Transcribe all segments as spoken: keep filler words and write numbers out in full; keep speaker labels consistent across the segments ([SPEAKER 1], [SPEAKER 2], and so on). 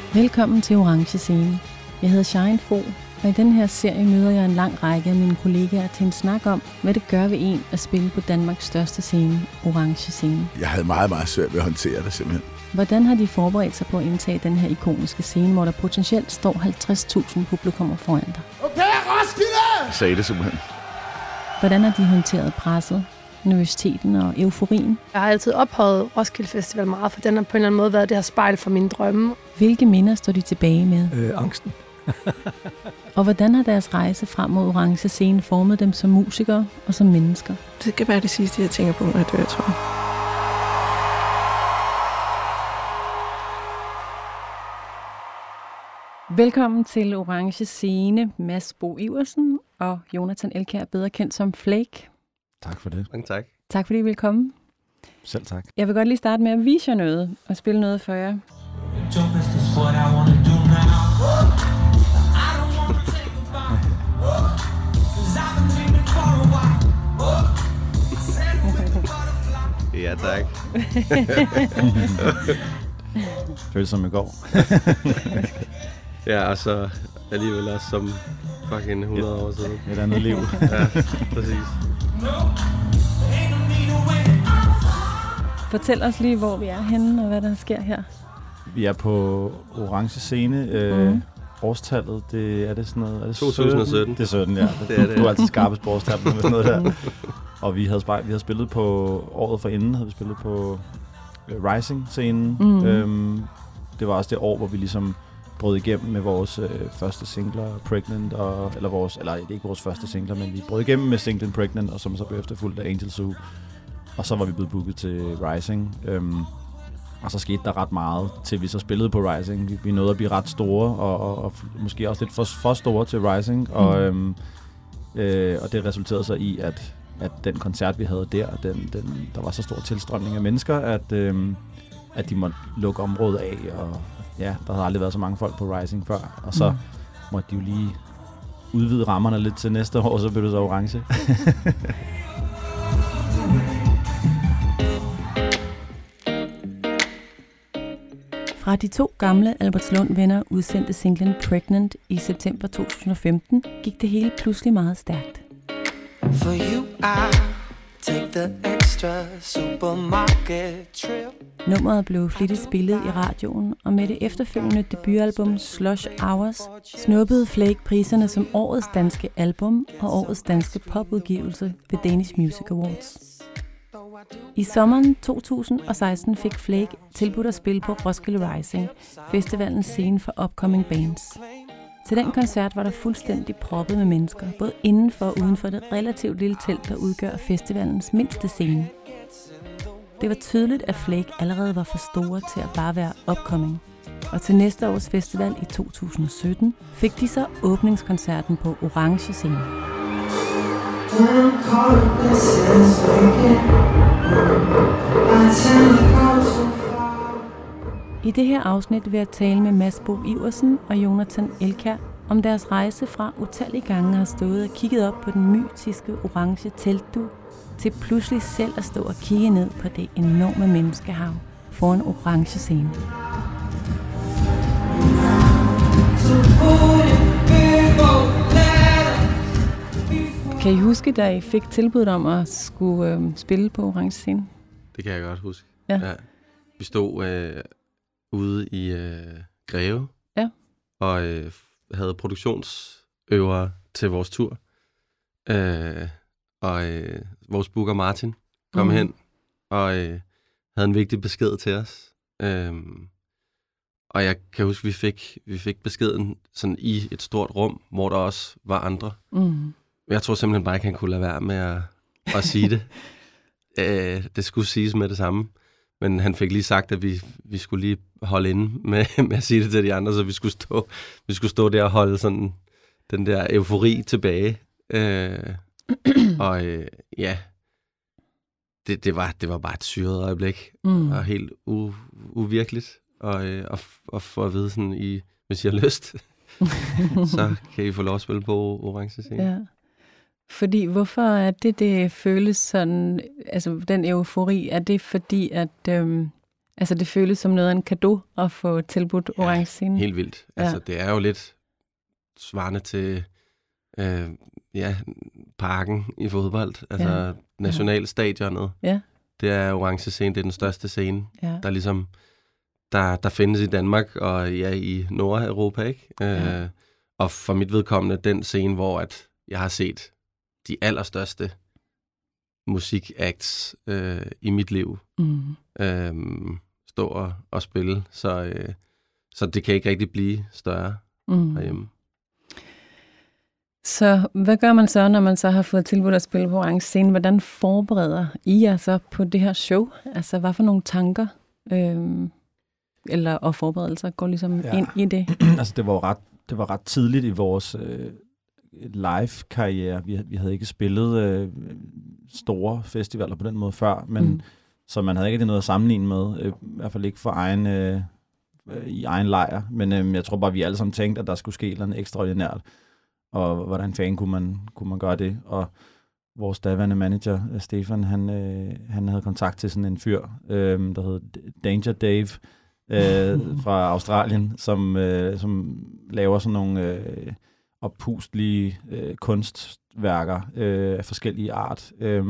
[SPEAKER 1] Velkommen til Orange Scene. Jeg hedder Shine Fo, og i den her serie møder jeg en lang række af mine kollegaer til en snak om, hvad det gør ved en at spille på Danmarks største scene, Orange Scene.
[SPEAKER 2] Jeg havde meget, meget svært ved at håndtere det simpelthen.
[SPEAKER 1] Hvordan har de forberedt sig på at indtage den her ikoniske scene, hvor der potentielt står halvtreds tusind publikummer foran dig?
[SPEAKER 2] Okay, Roskilde! Jeg sagde det simpelthen.
[SPEAKER 1] Hvordan har de håndteret presset, nervøsiteten og euforien?
[SPEAKER 3] Jeg har altid ophøjet Roskilde Festival meget, for den har på en eller anden måde været det her spejl for mine drømme.
[SPEAKER 1] Hvilke minder står de tilbage med?
[SPEAKER 4] Øh, angsten.
[SPEAKER 1] Og hvordan har deres rejse frem mod Orange Scene formet dem som musikere og som mennesker?
[SPEAKER 5] Det kan være det sidste, jeg tænker på, når jeg dør, tror jeg.
[SPEAKER 1] Velkommen til Orange Scene, Mads Bo Iversen og Jonathan Elkjær, bedre kendt som Flake.
[SPEAKER 4] Tak for det.
[SPEAKER 6] Mange tak.
[SPEAKER 1] Tak fordi I vil komme.
[SPEAKER 4] Selv tak.
[SPEAKER 1] Jeg vil godt lige starte med at vise jer noget og spille noget for jer.
[SPEAKER 6] Ja, tak.
[SPEAKER 4] Føles som i går.
[SPEAKER 6] Ja, og så alligevel også som fucking hundrede år siden.
[SPEAKER 4] Et andet liv.
[SPEAKER 6] Ja, præcis.
[SPEAKER 1] Fortæl os lige, hvor vi er henne og hvad der sker her.
[SPEAKER 4] Vi er på Orange Scene. Øh, mm. Årstallet, det er det sådan noget... Er det
[SPEAKER 6] to tusind sytten.
[SPEAKER 4] Det er sytten, ja.
[SPEAKER 6] Det er det.
[SPEAKER 4] Du er altid skarpest på årstallet med sådan noget der. Og vi havde, spejl, vi havde spillet på året forinden, havde vi spillet på Rising-scenen. Mm. Øhm, det var også det år, hvor vi ligesom brød igennem med vores øh, første singler, Pregnant, og, eller vores, eller det er ikke vores første singler, men vi brød igennem med singlen Pregnant, og som så blev efterfulgt af Angel Zoo. Og så var vi blevet booket til Rising. Øhm, og så skete der ret meget, til vi så spillede på Rising. Vi, vi nåede at blive ret store, og, og, og måske også lidt for, for store til Rising. Og, øhm, øh, og det resulterede så i, at, at den koncert, vi havde der, den, den, der var så stor tilstrømning af mennesker, at, øhm, at de måtte lukke området af. Og ja, der havde aldrig været så mange folk på Rising før. Og så mm. måtte de jo lige udvide rammerne lidt til næste år, så blev det så Orange.
[SPEAKER 1] Fra de to gamle Albertslund-venner udsendte singlen Pregnant i september to tusind og femten, gik det hele pludselig meget stærkt. For you, I take the extra supermarket trip. Nummeret blev flittigt spillet i radioen, og med det efterfølgende debutalbum Slush Hours snuppede Flake priserne som årets danske album og årets danske popudgivelse ved Danish Music Awards. I sommeren to tusind og seksten fik Flake tilbudt at spille på Roskilde Rising, festivalens scene for upcoming bands. Til den koncert var der fuldstændig proppet med mennesker, både inden for og uden for det relativt lille telt, der udgør festivalens mindste scene. Det var tydeligt, at Flake allerede var for store til at bare være upcoming. Og til næste års festival i to tusind og sytten fik de så åbningskoncerten på Orange Scene. I det her afsnit vil jeg tale med Mads Bo Iversen og Jonathan Elkjær om deres rejse fra utallige gange at have stået og kigget op på den mytiske orange teltdug, til pludselig selv at stå og kigge ned på det enorme menneskehav foran Orange Scene. Kan I huske, da I fik tilbuddet om at skulle øh, spille på Orange Scene?
[SPEAKER 6] Det kan jeg godt huske.
[SPEAKER 1] Ja.
[SPEAKER 6] Ja. Vi stod øh, ude i øh, Greve
[SPEAKER 1] ja.
[SPEAKER 6] og øh, havde produktionsøvere til vores tur. Øh, og øh, vores booker Martin kom mm. hen og øh, havde en vigtig besked til os. Øh, og jeg kan huske, vi fik vi fik beskeden sådan i et stort rum, hvor der også var andre.
[SPEAKER 1] Mm.
[SPEAKER 6] Jeg tror simpelthen bare ikke, han kunne lade være med at, at sige det. Æh, det skulle siges med det samme. Men han fik lige sagt, at vi, vi skulle lige holde inde med, med at sige det til de andre, så vi skulle stå, vi skulle stå der og holde sådan den der eufori tilbage. Øh, og øh, ja, det, det, var, det var bare et syret øjeblik, mm. og helt u, uvirkeligt. Og, øh, og, og for at vide sådan, I, hvis I har lyst, så kan I få lov at spille på Orange Scene.
[SPEAKER 1] Ja. Fordi hvorfor er det, det føles sådan, altså den eufori, er det fordi, at, øhm, Altså, det føles som noget af en cadeau at få tilbudt ja, orange scene.
[SPEAKER 6] Helt vildt. Ja. Altså, det er jo lidt svarende til øh, ja, parken i fodbold. Altså, ja. Nationalstadionet.
[SPEAKER 1] Ja.
[SPEAKER 6] Det er orange scene, det er den største scene,
[SPEAKER 1] ja.
[SPEAKER 6] der ligesom der, der findes i Danmark og ja, i Nordeuropa, ikke? Ja. Øh, og for mit vedkommende, den scene, hvor at jeg har set de allerstørste musikacts øh, i mit liv mm. øh, stå og, og spille. Så, øh, så det kan ikke rigtig blive større mm. herhjemme.
[SPEAKER 1] Så hvad gør man så, når man så har fået tilbudt at spille på orange scene? Hvordan forbereder I jer så på det her show? Altså, hvad for nogle tanker øh, eller og forberedelser går ligesom ja. ind i det?
[SPEAKER 4] Altså, det var jo ret, det var ret tidligt i vores øh, live-karriere. Vi, vi havde ikke spillet øh, store festivaler på den måde før, men mm. så man havde ikke noget at sammenligne med, øh, i hvert fald ikke for egen, øh, i egen lejr. Men øh, jeg tror bare, vi alle sammen tænkte, at der skulle ske noget ekstraordinært. Og hvordan fanden kunne man, kunne man gøre det? Og vores daværende manager, Stefan, han, øh, han havde kontakt til sådan en fyr, øh, der hed Danger Dave, øh, fra Australien, som, øh, som laver sådan nogle øh, oppustelige øh, kunstværker øh, af forskellige art. Øh,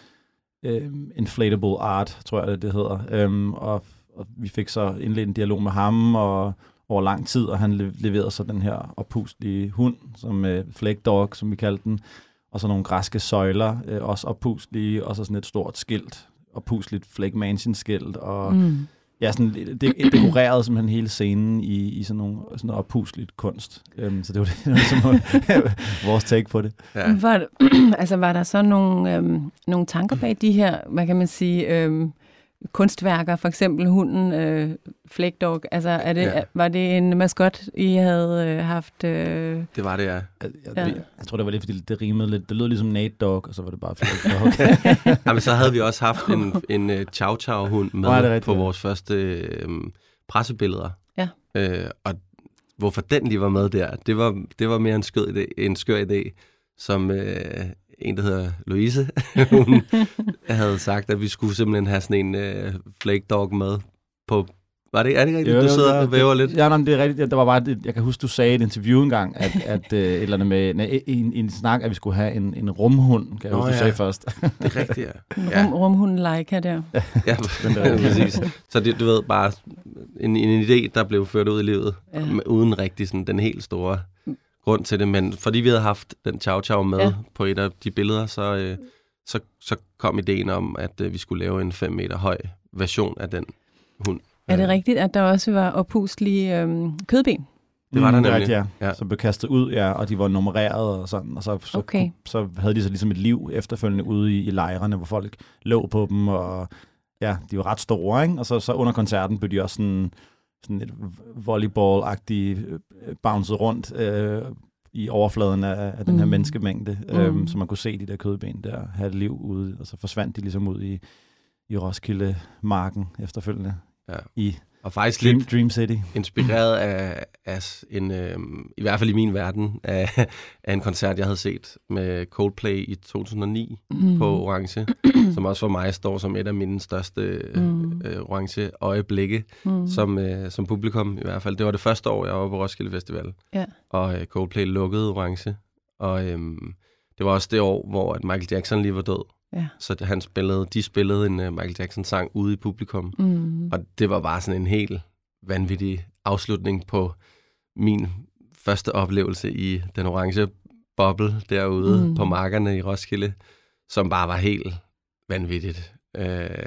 [SPEAKER 4] øh, inflatable art, tror jeg, det hedder. Øh, og, og vi fik så indledt en dialog med ham, og over lang tid, og han leverede så den her oppustelige hund, som uh, Flake Dog, som vi kaldte den, og så nogle græske søjler, uh, også oppustelige, og så sådan et stort skilt, oppusteligt Flake Mansion skilt, og mm. ja, sådan, det, det dekorerede simpelthen hele scenen i, i sådan nogle sådan noget oppusteligt kunst. Um, så det var det, det var sådan vores take på det.
[SPEAKER 1] Ja. Var, altså, var der så nogle, øhm, nogle tanker bag de her, hvad kan man sige, øhm, kunstværker, for eksempel hunden øh, Flake Dog, altså er det, ja. var det en maskot, I havde øh, haft? Øh...
[SPEAKER 6] Det var det, ja.
[SPEAKER 4] Jeg, jeg, ja. Jeg, jeg tror, det var lidt, fordi det rimede lidt, det lød ligesom Nate Dog, og så var det bare Flake Dog. Okay.
[SPEAKER 6] Jamen, så havde vi også haft en, en uh, Chow Chow hund med oh, rigtigt, på ja. vores første øh, pressebilleder.
[SPEAKER 1] Ja.
[SPEAKER 6] Øh, og hvorfor den lige var med der, det var, det var mere en, skød idé, en skør idé, som øh, en, der hedder Louise, hun havde sagt, at vi skulle simpelthen have sådan en øh, Flake Dog med på... Var det, er det rigtigt? Jo, du sidder og væver lidt.
[SPEAKER 4] Ja, nej, det er rigtigt. Der var bare, jeg kan huske, du sagde i et interview engang, at, at øh, et eller andet med nej, i, i en snak, at vi skulle have en, en rumhund, kan jeg Nå, huske, du ja. sagde først.
[SPEAKER 6] Det er rigtigt, ja.
[SPEAKER 1] ja. Rum, rumhunden Leica der.
[SPEAKER 6] Ja, præcis. Så det, du ved, bare en, en idé, der blev ført ud i livet, ja. uden rigtig sådan den helt store grund til det, men fordi vi havde haft den Chow Chow med ja. på et af de billeder, så, øh, så, så kom ideen om, at øh, vi skulle lave en fem meter høj version af den hund.
[SPEAKER 1] Er det rigtigt, at der også var oppustelige øh, kødben?
[SPEAKER 4] Det var der nemlig, ja. ja. Så blev kastet ud, ja, og de var nummereret og sådan, og så, så,
[SPEAKER 1] okay.
[SPEAKER 4] kunne, så havde de så ligesom et liv efterfølgende ude i, i lejrene, hvor folk lå på dem, og ja, de var ret store, ikke? Og så, så under koncerten blev de også sådan, sådan et volleyball-agtigt øh, bouncet rundt øh, i overfladen af, af den her mm. menneskemængde, øh, mm. så man kunne se de der kødben der have et liv ude, og så forsvandt de ligesom ud i, i Roskilde-marken efterfølgende.
[SPEAKER 6] Ja.
[SPEAKER 4] I
[SPEAKER 6] og faktisk
[SPEAKER 4] Dream,
[SPEAKER 6] lidt
[SPEAKER 4] Dream City.
[SPEAKER 6] Inspireret af, af en, øh, i hvert fald i min verden, af, af en koncert, jeg havde set med Coldplay i to tusind og ni mm. på Orange, som også for mig står som et af mine største mm. øh, Orange øjeblikke, mm. som, øh, som publikum i hvert fald. Det var det første år, jeg var på Roskilde Festival,
[SPEAKER 1] ja.
[SPEAKER 6] og øh, Coldplay lukkede Orange, og øh, det var også det år, hvor at Michael Jackson lige var død.
[SPEAKER 1] Ja.
[SPEAKER 6] Så han spillede, de spillede en uh, Michael Jackson-sang ude i publikum. Mm. Og det var bare sådan en helt vanvittig afslutning på min første oplevelse i den orange boble derude mm. på markerne i Roskilde, som bare var helt vanvittigt. Uh,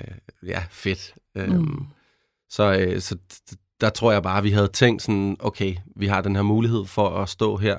[SPEAKER 6] ja, fedt. Mm. Um, så, uh, så der tror jeg bare, at vi havde tænkt sådan, okay, vi har den her mulighed for at stå her.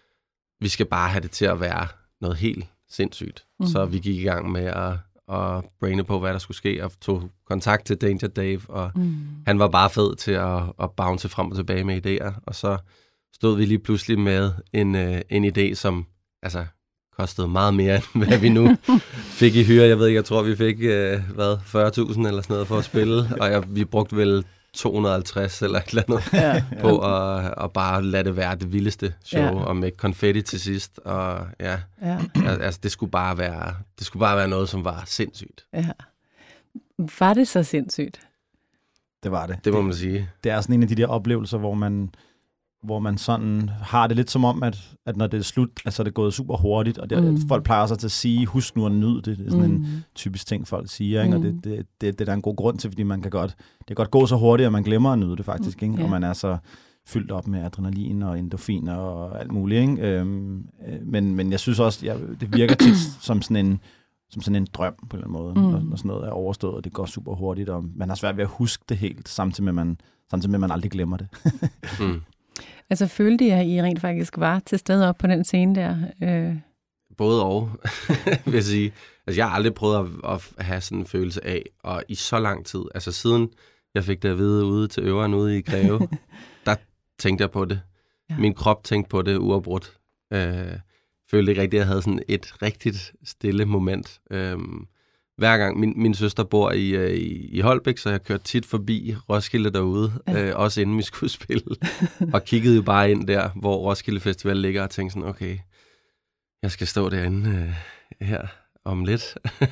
[SPEAKER 6] Vi skal bare have det til at være noget helt sindssygt. Mm. Så vi gik i gang med at, at braine på, hvad der skulle ske, og tog kontakt til Danger Dave, og mm. han var bare fed til at, at bounce frem og tilbage med idéer, og så stod vi lige pludselig med en, uh, en idé, som altså kostede meget mere, end hvad vi nu fik i hyre. Jeg ved ikke, jeg tror, vi fik uh, hvad, fyrre tusind eller sådan noget for at spille, og jeg, vi brugte vel to hundrede og halvtreds eller et eller andet ja, på ja. At, at bare lade det være det vildeste show, ja. Og med konfetti til sidst, og ja, ja. Altså det skulle bare være, det skulle bare være noget, som var sindssygt.
[SPEAKER 1] Ja. Var det så sindssygt?
[SPEAKER 4] Det var det.
[SPEAKER 6] Det må man sige.
[SPEAKER 4] Det er sådan en af de der oplevelser, hvor man, hvor man sådan har det lidt som om, at, at når det er slut, altså det er gået super hurtigt, og det, mm. folk plejer sig til at sige, husk nu at nyde det. Det er sådan mm. en typisk ting, folk siger, ikke? Og det, det, det, det er der en god grund til, fordi man kan godt, det kan godt gå så hurtigt, at man glemmer at nyde det faktisk, ikke? Yeah. Og man er så fyldt op med adrenalin og endorfiner og alt muligt, ikke? Øhm, men, men jeg synes også, ja, det virker tit som sådan en som sådan en drøm på en eller anden måde, mm. når, når sådan noget er overstået, og det går super hurtigt, og man har svært ved at huske det helt, samtidig med, man, samtidig med, at man aldrig glemmer det.
[SPEAKER 1] mm. Altså, følte I, at I rent faktisk var til stede op på den scene der? Øh.
[SPEAKER 6] Både og, vil jeg sige. Altså, jeg har aldrig prøvet at, at have sådan en følelse af, og i så lang tid, altså siden jeg fik det at vide ude til øveren ude i Greve, der tænkte jeg på det. Ja. Min krop tænkte på det uafbrudt. Øh, følte ikke rigtigt, at jeg havde sådan et rigtigt stille moment. Øhm, hver gang, min, min søster bor i, øh, i Holbæk, så jeg kørte tit forbi Roskilde derude, ja. øh, også inden vi skulle spille, og kiggede jo bare ind der, hvor Roskilde Festival ligger, og tænkte sådan, okay, jeg skal stå derinde øh, her om lidt,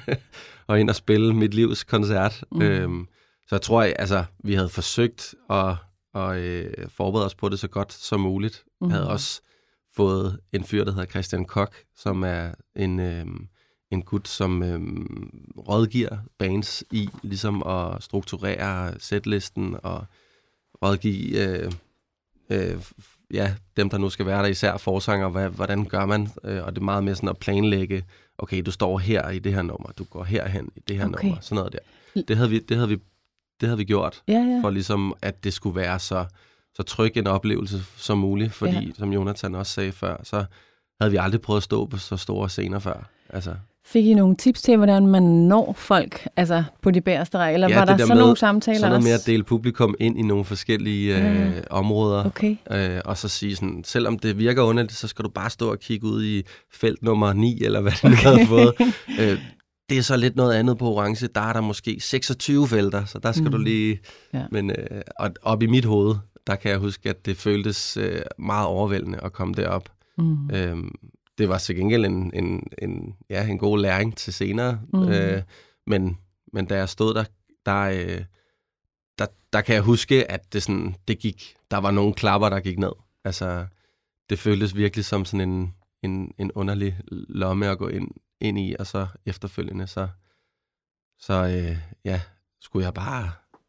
[SPEAKER 6] og ind og spille mit livs koncert. Mm. Øhm, så jeg tror, at, altså, vi havde forsøgt at, at øh, forberede os på det så godt som muligt. Mm. Jeg havde også fået en fyr, der hedder Christian Koch, som er en, øh, en gut, som øh, rådgiver bands i ligesom at strukturere setlisten og rådgive øh, øh, ja, dem, der nu skal være der, især forsanger, hvad, hvordan gør man? Øh, og det er meget mere sådan at planlægge, okay, du står her i det her nummer, du går herhen i det her okay. nummer, sådan noget der. Det havde vi, det havde vi, det havde vi gjort,
[SPEAKER 1] ja, ja.
[SPEAKER 6] for ligesom, at det skulle være så så tryg en oplevelse som muligt, fordi, ja. som Jonathan også sagde før, så havde vi aldrig prøvet at stå på så store scener før. Altså.
[SPEAKER 1] Fik I nogle tips til, hvordan man når folk altså på de bagerste rækker, eller ja, var der, der sådan med, nogle samtaler
[SPEAKER 6] sådan noget
[SPEAKER 1] også?
[SPEAKER 6] Med at dele publikum ind i nogle forskellige ja. øh, områder,
[SPEAKER 1] okay.
[SPEAKER 6] øh, og så sige sådan, selvom det virker underligt, så skal du bare stå og kigge ud i felt nummer ni, eller hvad du okay. havde fået. Øh, det er så lidt noget andet på orange, der er der måske seksogtyve felter, så der skal mm. du lige... Ja. Men øh, og op i mit hoved, der kan jeg huske, at det føltes øh, meget overvældende at komme derop. Mm. Øhm, det var til gengæld en, en, en, ja, en god læring til senere. Mm. Øh, men, men da jeg stod der, der, øh, der, der kan jeg huske, at det, sådan, det gik, der var nogle klapper, der gik ned. Altså, det føltes virkelig som sådan en, en, en underlig lomme at gå ind, ind i, og så efterfølgende, så, så øh, ja, skulle jeg bare,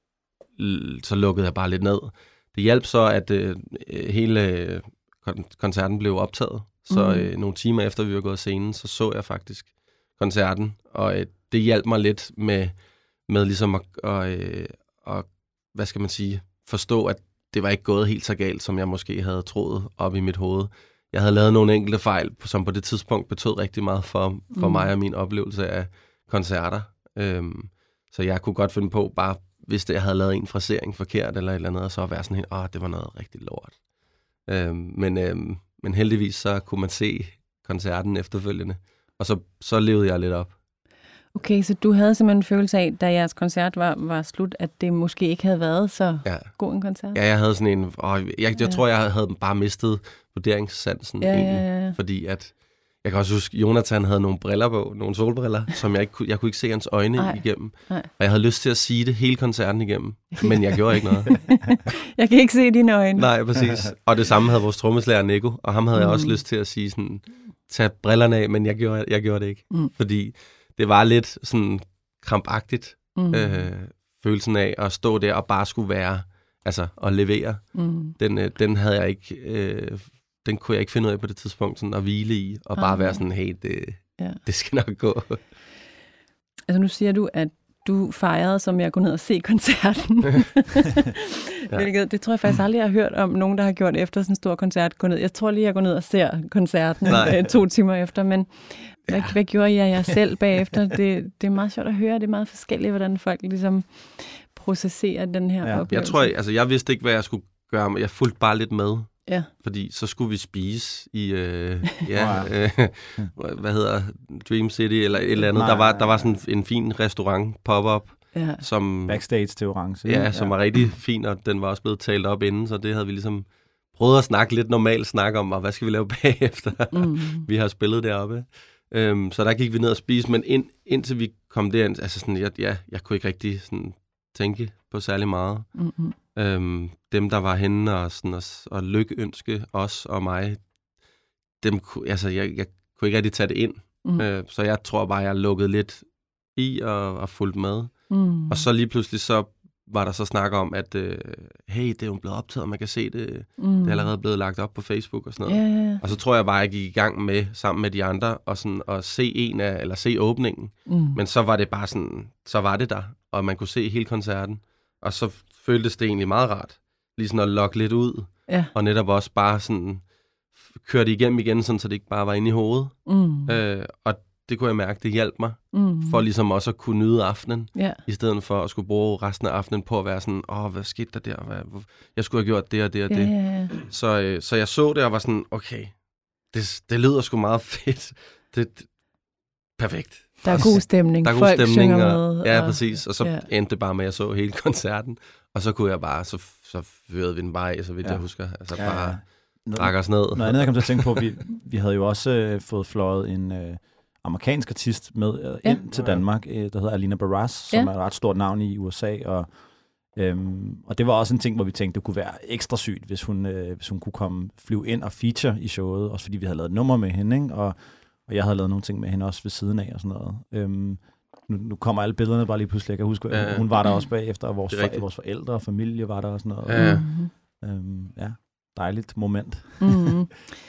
[SPEAKER 6] så lukkede jeg bare lidt ned. Det hjalp så, at øh, hele øh, koncerten blev optaget. Så øh, nogle timer efter vi var gået af scenen, så så jeg faktisk koncerten. Og øh, det hjalp mig lidt med, med ligesom at, og, øh, og, hvad skal man sige, forstå, at det var ikke gået helt så galt, som jeg måske havde troet op i mit hoved. Jeg havde lavet nogle enkelte fejl, som på det tidspunkt betød rigtig meget for, for mm. mig og min oplevelse af koncerter. Øhm, så jeg kunne godt finde på bare hvis det, jeg havde lavet en frasering forkert eller et eller andet, og så være sådan helt, åh, det var noget rigtig lort. Øhm, men, øhm, men heldigvis så kunne man se koncerten efterfølgende, og så, så levede jeg lidt op.
[SPEAKER 1] Okay, så du havde simpelthen en følelse af, da jeres koncert var, var slut, at det måske ikke havde været så ja. god en koncert? Ja,
[SPEAKER 6] jeg havde sådan en, åh, jeg, jeg ja. tror, jeg havde bare mistet vurderingssansen
[SPEAKER 1] ja,
[SPEAKER 6] egentlig,
[SPEAKER 1] ja, ja.
[SPEAKER 6] fordi at jeg kan også huske, Jonathan havde nogle briller på, nogle solbriller, som jeg ikke kunne, jeg kunne ikke se hans øjne Ej. igennem. Ej. Og jeg havde lyst til at sige det hele koncerten igennem, men jeg gjorde ikke noget.
[SPEAKER 1] Jeg kan ikke se dine øjne.
[SPEAKER 6] Nej, præcis. Og det samme havde vores trommeslager Nico, og ham havde mm. jeg også lyst til at sige sådan, tag brillerne af, men jeg gjorde, jeg gjorde det ikke. Mm. Fordi det var lidt sådan krampagtigt, mm. øh, følelsen af at stå der og bare skulle være, altså at levere. Mm. Den, øh, den havde jeg ikke... Øh, den kunne jeg ikke finde ud af på det tidspunkt, sådan at hvile i, og bare ah, være sådan, hey, det, ja. det skal nok gå.
[SPEAKER 1] Altså nu siger du, at du fejrede, som jeg går ned og se koncerten. ja. Hvilket, det tror jeg faktisk aldrig, jeg har hørt om nogen, der har gjort efter sådan en stor koncert. Gå ned. Jeg tror lige, jeg går ned og ser koncerten øh, to timer efter, men hvad, ja. hvad gjorde jeg jer selv bagefter? Det, det er meget sjovt at høre, det er meget forskelligt, hvordan folk ligesom processerer den her ja. oplevelse.
[SPEAKER 6] Jeg tror, altså jeg vidste ikke, hvad jeg skulle gøre, men jeg fulgte bare lidt med.
[SPEAKER 1] Ja.
[SPEAKER 6] Fordi så skulle vi spise i, øh, ja, øh, hvad hedder Dream City eller et eller andet. Der var, der var sådan en fin restaurant, pop-up.
[SPEAKER 1] Ja.
[SPEAKER 4] Som, Backstage til Orange.
[SPEAKER 6] Ja, som ja. var rigtig fin, og den var også blevet talt op inden, så det havde vi ligesom prøvet at snakke lidt normalt snak om, og hvad skal vi lave bagefter? Mm. Vi har spillet deroppe. Um, så der gik vi ned og spise, men ind, indtil vi kom derind, altså sådan, jeg, ja, jeg kunne ikke rigtig sådan tænke på særlig meget.
[SPEAKER 1] Mm-hmm.
[SPEAKER 6] Øhm, dem, der var henne og, sådan, og, og lykønske os og mig, dem, altså, jeg, jeg kunne ikke rigtig tage det ind. Mm. Øh, så jeg tror bare, jeg lukkede lidt i og, og fulgte med. Mm. Og så lige pludselig så var der så snak om, at øh, hey, det er jo blevet optaget, og man kan se det. Mm. Det er allerede blevet lagt op på Facebook og sådan noget. Yeah, yeah. Og så tror jeg bare, at jeg gik i gang med, sammen med de andre, og sådan, at se en af, eller se åbningen. Mm. Men så var det bare sådan, så var det der, og man kunne se hele koncerten. Og så føltes det egentlig meget rart, lige sådan at lokke lidt ud, yeah. og netop også bare sådan, køre det igennem igen, sådan, så det ikke bare var inde i hovedet. Mm. Øh, og det kunne jeg mærke, det hjalp mig, mm. for ligesom også at kunne nyde aftenen, yeah. i stedet for at skulle bruge resten af aftenen på at være sådan, åh, hvad skete der der? Hvad, jeg skulle have gjort det og det og det. Yeah. Så, øh, så jeg så det og var sådan, okay, det, det lyder sgu meget fedt. Det, det, perfekt.
[SPEAKER 1] Der er god stemning.
[SPEAKER 6] Der er god
[SPEAKER 1] Folk
[SPEAKER 6] stemning.
[SPEAKER 1] Og,
[SPEAKER 6] og, ja, og, præcis. Og så
[SPEAKER 1] yeah.
[SPEAKER 6] endte det bare med, at jeg så hele koncerten, og så kunne jeg bare, så, så fyrede vi den bare af, så vidt ja. jeg husker. Altså ja, bare drak os ned.
[SPEAKER 4] Noget andet, jeg kom til at tænke på, vi, vi havde jo også øh, fået fløjet en øh, amerikansk artist med øh, ja. ind til Danmark, øh, der hedder Alina Baraz, som ja. er et ret stort navn i U S A, og, øhm, og det var også en ting, hvor vi tænkte, det kunne være ekstra sygt, hvis hun, øh, hvis hun kunne komme flyve ind og feature i showet, også fordi vi havde lavet et nummer med hende, ikke? Og, og jeg havde lavet nogle ting med hende også ved siden af og sådan noget. Øhm, nu, nu kommer alle billederne bare lige pludselig. Jeg kan huske, ja. hun var der også bagefter, og vores, for, vores forældre og familie var der og sådan noget.
[SPEAKER 6] Ja,
[SPEAKER 4] mm-hmm. øhm, ja dejligt moment.
[SPEAKER 1] Mm-hmm.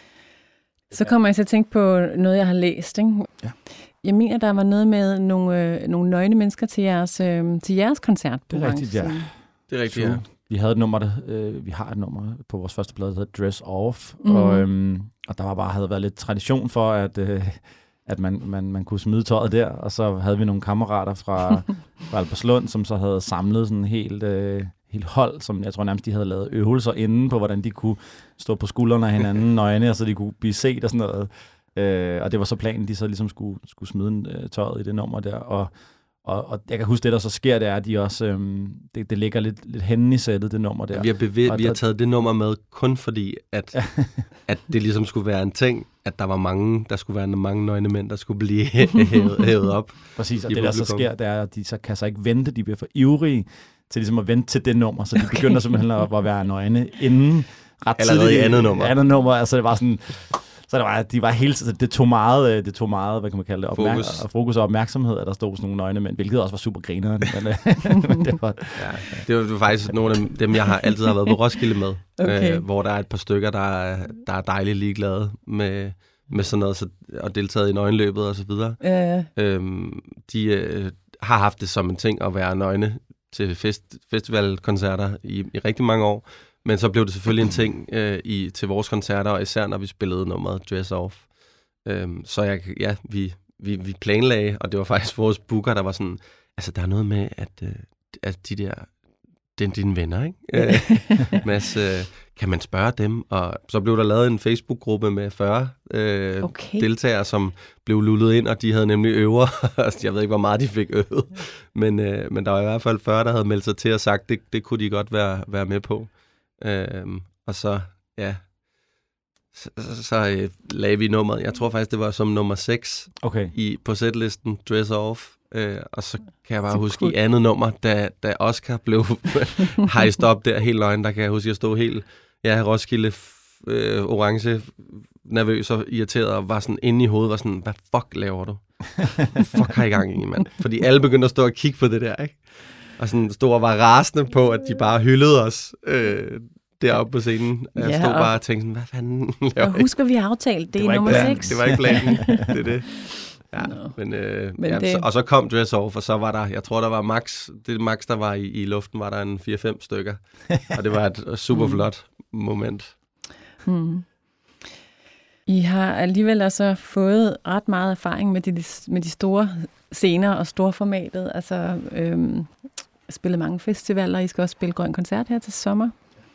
[SPEAKER 1] Så kommer jeg til at tænke på noget, jeg har læst. Ikke?
[SPEAKER 4] Ja.
[SPEAKER 1] Jeg mener, der var noget med nogle, øh, nogle nøgne mennesker til jeres, øh, til jeres koncert.
[SPEAKER 4] Det er rigtigt, ja.
[SPEAKER 6] Det er rigtigt, ja.
[SPEAKER 4] Vi havde et nummer, der, øh, vi har et nummer på vores første plade, der hedder Dress Off, mm. og, øhm, og der var bare havde været lidt tradition for, at, øh, at man, man, man kunne smide tøjet der, og så havde vi nogle kammerater fra, fra Albertslund, som så havde samlet sådan helt... Øh, helt hold, som jeg tror nærmest, de havde lavet øvelser inden på, hvordan de kunne stå på skuldrene af hinanden nøgne, og så de kunne blive set og sådan noget. Øh, og det var så planen, de så ligesom skulle, skulle smide øh, tøjet i det nummer der. Og, og, og jeg kan huske, det der så sker, det er, at de også, øhm, det, det ligger lidt, lidt henne i sættet, det nummer der.
[SPEAKER 6] Vi har, bevæ- og, vi har taget det nummer med, kun fordi, at, at det ligesom skulle være en ting, at der var mange, der skulle være mange nøgne mænd, der skulle blive hævet, hævet op.
[SPEAKER 4] Præcis, og det publikum. Der så sker, det er, at de så kan så ikke vente, de bliver for ivrige, til ligesom at vente til det nummer, så de okay. begynder simpelthen at, at være nøgne inden ret tidligt.
[SPEAKER 6] Allerede i andet nummer.
[SPEAKER 4] Andet nummer, altså det var sådan, så det var, de var helt, det tog meget, det tog meget, hvad kan man kalde det, opmærk- fokus. Og fokus og opmærksomhed, at der stod sådan nogle nøgne mænd, hvilket også var super grineren. Men det var,
[SPEAKER 6] ja, det var, det var faktisk nogle af dem, jeg har altid har været på Roskilde med, okay. øh, hvor der er et par stykker, der er, der er dejligt ligeglade med, med sådan noget, så, og deltaget i nøgenløbet og så videre.
[SPEAKER 1] Ja, ja.
[SPEAKER 6] Øhm, de øh, har haft det som en ting at være nøgne til fest, festivalkoncerter i, i rigtig mange år. Men så blev det selvfølgelig en ting øh, i, til vores koncerter, og især når vi spillede nummeret Dress Off. Øhm, så jeg, ja, vi, vi, vi planlagde, og det var faktisk vores booker, der var sådan, altså der er noget med, at, øh, at de der, det er dine venner, ikke? Øh, Mads, øh, kan man spørge dem? Og så blev der lavet en Facebook-gruppe med fyrre øh, okay. deltagere, som blev lullet ind, og de havde nemlig øver. Jeg ved ikke, hvor meget de fik øvet. Men, øh, men der var i hvert fald fyrre, der havde meldt sig til og sagt, det, det kunne de godt være, være med på. Øh, og så, ja, så, så, så øh, lagde vi nummeret. Jeg tror faktisk, det var som nummer seks
[SPEAKER 4] okay.
[SPEAKER 6] i, på setlisten, Dress Off. Øh, og så kan jeg bare så huske cool. i andet nummer, da, da Oscar blev hejst op der helt nøgen, der kan jeg huske, at jeg stod helt, ja, Roskilde, øh, orange, nervøs og irriteret, og var sådan inde i hovedet, var sådan, hvad fuck laver du? Hvad fuck har I gang i, mand? Fordi alle begyndte at stå og kigge på det der, ikke? Og sådan stod og var rasende på, at de bare hyldede os øh, deroppe på scenen. Jeg ja, stod bare og tænkte sådan, hvad fanden laver I?
[SPEAKER 1] Og husk, hvad vi har aftalt, det er nummer seks.
[SPEAKER 6] Det var ikke planen, det er det. Ja, no. men, øh, men ja, det... så, og så kom Dress Off, og så var der, jeg tror, der var max, det max, der var i, i luften, var der en fire fem stykker. Og det var et super flot moment.
[SPEAKER 1] Hmm. I har alligevel også fået ret meget erfaring med de, med de store scener og storformatet. Altså, øhm, spillet mange festivaler, I skal også spille Grøn Koncert her til sommer.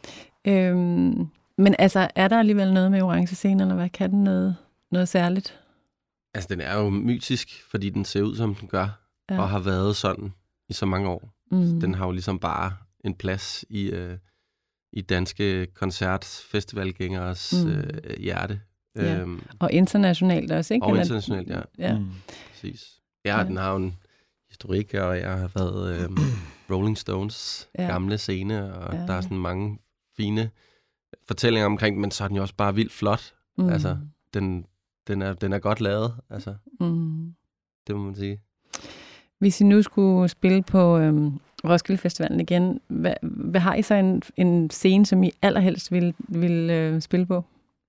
[SPEAKER 1] Øhm, men altså, er der alligevel noget med orange scene, eller hvad? Kan den noget, noget særligt?
[SPEAKER 6] Altså, den er jo mytisk, fordi den ser ud, som den gør, ja. Og har været sådan i så mange år. Mm. Den har jo ligesom bare en plads i, øh, i danske koncertfestivalgængeres mm. øh, hjerte.
[SPEAKER 1] Ja. Øhm, og internationalt også, ikke?
[SPEAKER 6] Og internationalt, ja.
[SPEAKER 1] ja.
[SPEAKER 6] Mm. Præcis. Ja, ja, den har jo en historik, og jeg har været øh, Rolling Stones ja. gamle scene, og ja. der er sådan mange fine fortællinger omkring, men så er den jo også bare vildt flot. Mm. Altså, den, den, er, den er godt lavet, altså. Mm. Det må man sige.
[SPEAKER 1] Hvis I nu skulle spille på øhm, Roskilde Festivalen igen, hvad, hvad har I så en, en scene, som I allerhelst vil, vil øh, spille på?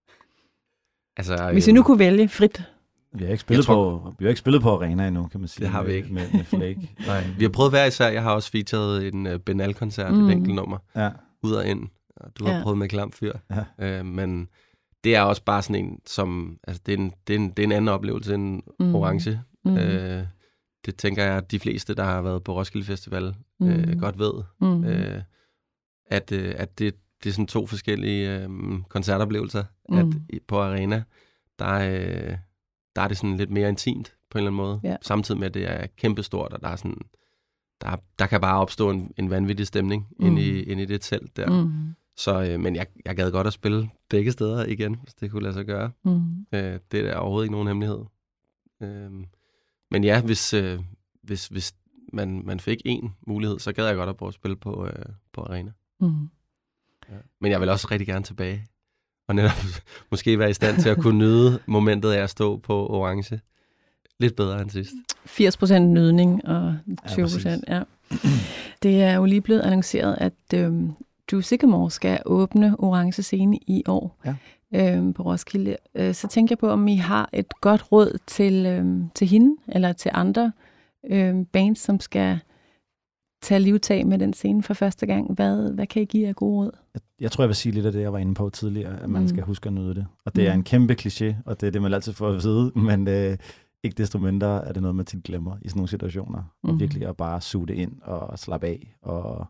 [SPEAKER 6] Altså,
[SPEAKER 1] Hvis I nu kunne vælge frit.
[SPEAKER 4] Vi har ikke spillet, tror, på, vi har ikke spillet på Arena endnu, kan man sige.
[SPEAKER 6] Det har vi ikke.
[SPEAKER 4] Med, med Flake.
[SPEAKER 6] Nej. Vi har prøvet hver især. Jeg har også featuret en uh, Benal-koncert, mm. et enkelt nummer, ja. ud og ind. Du har ja. prøvet med Klamfyr. Ja. Uh, men det er også bare sådan en, som... Altså, det er en, det er en, det er en anden oplevelse end mm. Orange. Mm. Uh, det tænker jeg, at de fleste, der har været på Roskilde Festival, mm. uh, godt ved. Mm. Uh, at, uh, at det, det er sådan to forskellige uh, koncertoplevelser. Mm. At på Arena, der uh, der er det sådan lidt mere intimt på en eller anden måde. Ja. Samtidig med, at det er kæmpestort, og der er sådan, der, der kan bare opstå en, en vanvittig stemning mm. inde, i, inde i det telt der. Mm. Så, øh, men jeg, jeg gad godt at spille begge steder igen, hvis det kunne lade sig gøre. Mm. Øh, det er overhovedet ikke nogen hemmelighed. Øh, men ja, hvis, øh, hvis, hvis man, man fik én mulighed, så gad jeg godt at prøve at spille på, øh, på Arena. Mm. Ja. Men jeg vil også rigtig gerne tilbage. Og netop måske være i stand til at kunne nyde momentet af at stå på Orange lidt bedre end sidst.
[SPEAKER 1] firs procent nydning og tyve procent, ja. Det er jo lige blevet annonceret, at øhm, Drew Sycamore skal åbne Orange Scene i år ja. øhm, på Roskilde. Øh, så tænker jeg på, om I har et godt råd til, øhm, til hende, eller til andre øhm, bands, som skal tage livtag med den scene for første gang. Hvad, hvad kan I give af gode råd?
[SPEAKER 4] Jeg, jeg tror, jeg vil sige lidt af det, jeg var inde på tidligere, at man mm. skal huske at nyde det. Og det mm. er en kæmpe kliché, og det er det, man altid får at vide, men øh, ikke desto mindre er det noget, man tit glemmer i sådan nogle situationer. Mm. Og virkelig at bare suge det ind og slappe af og,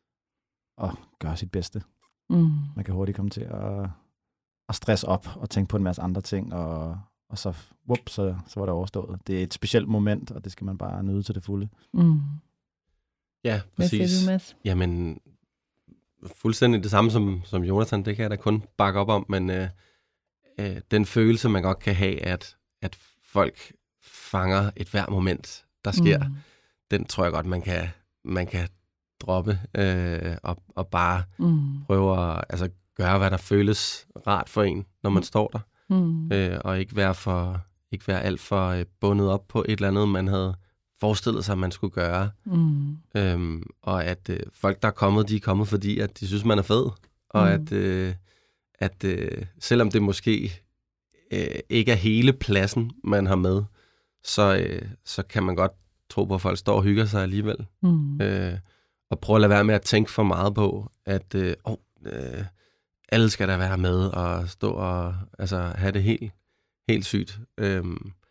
[SPEAKER 4] og gøre sit bedste. Mm. Man kan hurtigt komme til at, at stresse op og tænke på en masse andre ting, og, og så, whoop, så, så var det overstået. Det er et specielt moment, og det skal man bare nyde til det fulde.
[SPEAKER 1] Mm.
[SPEAKER 6] Ja, præcis.
[SPEAKER 1] Hvad
[SPEAKER 6] Jamen, fuldstændig det samme som, som Jonathan, det kan jeg da kun bakke op om, men øh, øh, den følelse, man godt kan have, at, at folk fanger et hver moment, der sker, mm. den tror jeg godt, man kan, man kan droppe øh, og, og bare mm. prøve at altså, gøre, hvad der føles rart for en, når man mm. står der, mm. øh, og ikke være, for, ikke være alt for øh, bundet op på et eller andet, man havde forestillet sig, at man skulle gøre. Mm. Øhm, og at øh, folk, der er kommet, de er kommet, fordi at de synes, man er fed. Og mm. at, øh, at øh, selvom det måske øh, ikke er hele pladsen, man har med, så, øh, så kan man godt tro på, at folk står og hygger sig alligevel. Mm. Øh, og prøve at lade være med at tænke for meget på, at øh, oh, øh, alle skal der være med og stå og altså, have det helt, helt sygt. Øh,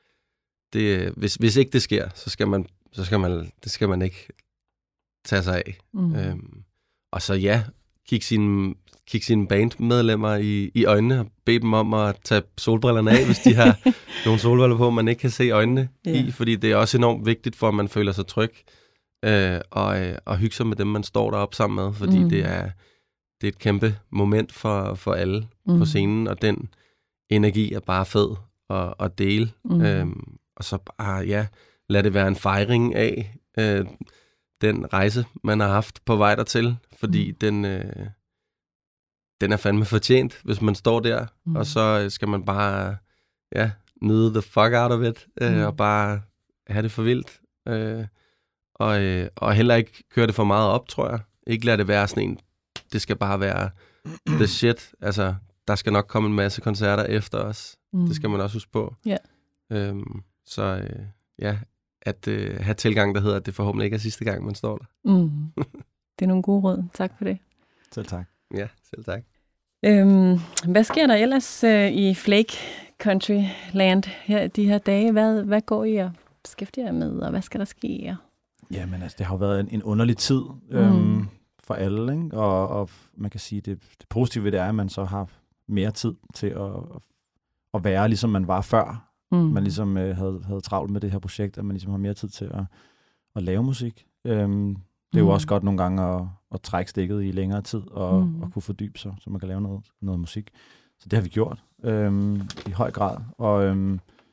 [SPEAKER 6] Det, hvis, hvis ikke det sker, så skal man, så skal man, det skal man ikke tage sig af. Mm. Øhm, og så ja, kig sine, kig sine bandmedlemmer i, i øjnene og bed dem om at tage solbrillerne af, hvis de har nogle solbriller på, man ikke kan se øjnene yeah. i, fordi det er også enormt vigtigt for, at man føler sig tryg øh, og, øh, og hygge sig med dem, man står deroppe sammen med, fordi mm. det, er, det er et kæmpe moment for, for alle mm. på scenen, og den energi er bare fed at, at dele. Mm. Øhm, Og så bare, ja, lad det være en fejring af øh, den rejse, man har haft på vej dertil. Fordi mm. den, øh, den er fandme fortjent, hvis man står der. Mm. Og så skal man bare, ja, nyde the fuck out of it. Øh, mm. Og bare have det for vildt. Øh, og, øh, og heller ikke køre det for meget op, tror jeg. Ikke lade det være sådan en, det skal bare være the shit. Altså, der skal nok komme en masse koncerter efter os. Mm. Det skal man også huske på.
[SPEAKER 1] Ja.
[SPEAKER 6] Yeah. Øhm, Så øh, ja, at øh, have tilgang, der hedder, at det forhåbentlig ikke er sidste gang, man står der.
[SPEAKER 1] Mm. Det er nogle gode råd. Tak for det.
[SPEAKER 4] Selv tak.
[SPEAKER 6] Ja, selv tak.
[SPEAKER 1] Øhm, hvad sker der ellers øh, i Flake Country Land her, de her dage? Hvad, hvad går I og beskæftiger jer med, og hvad skal der ske?
[SPEAKER 4] Jamen altså, det har jo været en, en underlig tid øhm, mm. for alle, ikke? Og, og man kan sige, det, det positive ved det er, at man så har mere tid til at, at være, ligesom man var før. Mm. Man ligesom øh, havde, havde travlt med det her projekt, at man ligesom har mere tid til at, at lave musik. Øhm, det er jo mm. også godt nogle gange at, at trække stikket i længere tid og, mm. og kunne fordybe sig, så man kan lave noget, noget musik. Så det har vi gjort øhm, i høj grad. Og, øhm,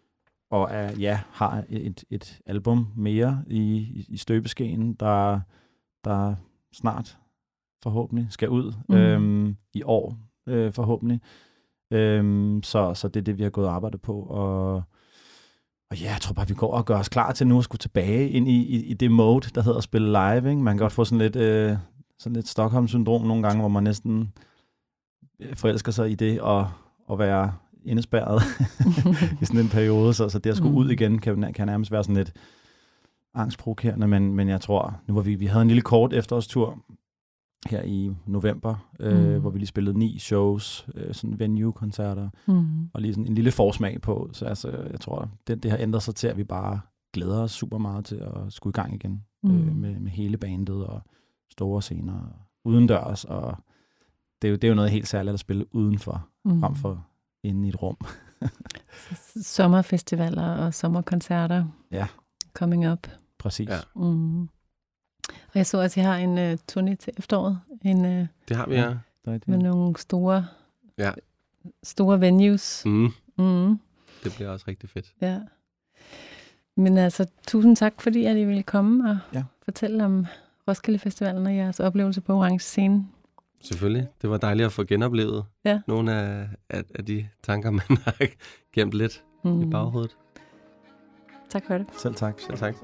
[SPEAKER 4] og er, ja, har et, et album mere i, i, i støbeskeen, der, der snart forhåbentlig skal ud mm. øhm, i år, øh, forhåbentlig. Øhm, så, så det er det, vi har gået og arbejdet på, og Og ja, jeg tror bare, vi går og gør os klar til nu at skulle tilbage ind i, i, i det mode, der hedder at spille live. Ikke? Man kan godt få sådan lidt, øh, sådan lidt Stockholm-syndrom nogle gange, hvor man næsten forelsker sig i det at, at være indespærret i sådan en periode. Så, så det at skulle mm. ud igen kan, kan nærmest være sådan lidt angstprovokerende. Men, men jeg tror, nu var vi, vi havde en lille kort efterårstur her i november, øh, mm. hvor vi lige spillede ni shows, øh, sådan venue-koncerter, mm. og lige sådan en lille forsmag på. Så altså, jeg tror, det, det har ændret sig til, at vi bare glæder os super meget til at skulle i gang igen mm. øh, med, med hele bandet og store scener udendørs. Og det er jo, det er jo noget helt særligt at spille udenfor, mm. frem for inde i et rum.
[SPEAKER 1] Sommerfestivaler og sommerkoncerter.
[SPEAKER 4] Ja.
[SPEAKER 1] Coming up.
[SPEAKER 4] Præcis. Ja.
[SPEAKER 1] Mm. Og jeg så også, at jeg har en uh, turné til efteråret. En, uh,
[SPEAKER 6] det har vi, ja.
[SPEAKER 1] Med nogle store,
[SPEAKER 6] ja.
[SPEAKER 1] store venues.
[SPEAKER 6] Mm.
[SPEAKER 1] Mm.
[SPEAKER 6] Det bliver også rigtig fedt.
[SPEAKER 1] Ja. Men altså, tusind tak, fordi at I ville komme og ja. fortælle om Roskilde Festivalen og jeres oplevelse på Orange Scene.
[SPEAKER 6] Selvfølgelig. Det var dejligt at få genoplevet
[SPEAKER 1] ja.
[SPEAKER 6] nogle af, af, af de tanker, man har gemt lidt mm. i baghovedet.
[SPEAKER 1] Tak for det.
[SPEAKER 4] Selv tak.
[SPEAKER 6] Selv tak.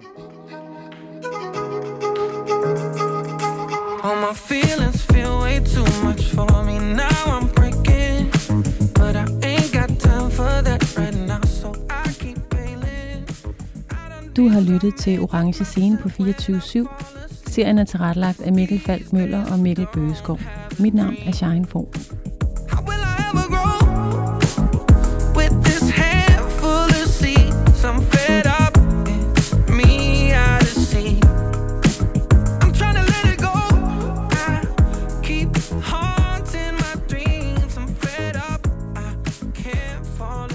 [SPEAKER 7] All my feelings feel way too much for me. Now I'm breaking, but I ain't got time for that right now, so I keep bailing.
[SPEAKER 1] Du har lyttet til Orange Scene på fireogtyve syv. Serien er tilrettelagt af Mikkel Falk Møller og Mikkel Bøgeskov. Mit navn er Shine Fogh.
[SPEAKER 7] How will I ever grow with this handful of seeds? I'm fed up, it's me out of sea. I'm trying to let it go. I keep haunting my dreams. I'm fed up, I can't fall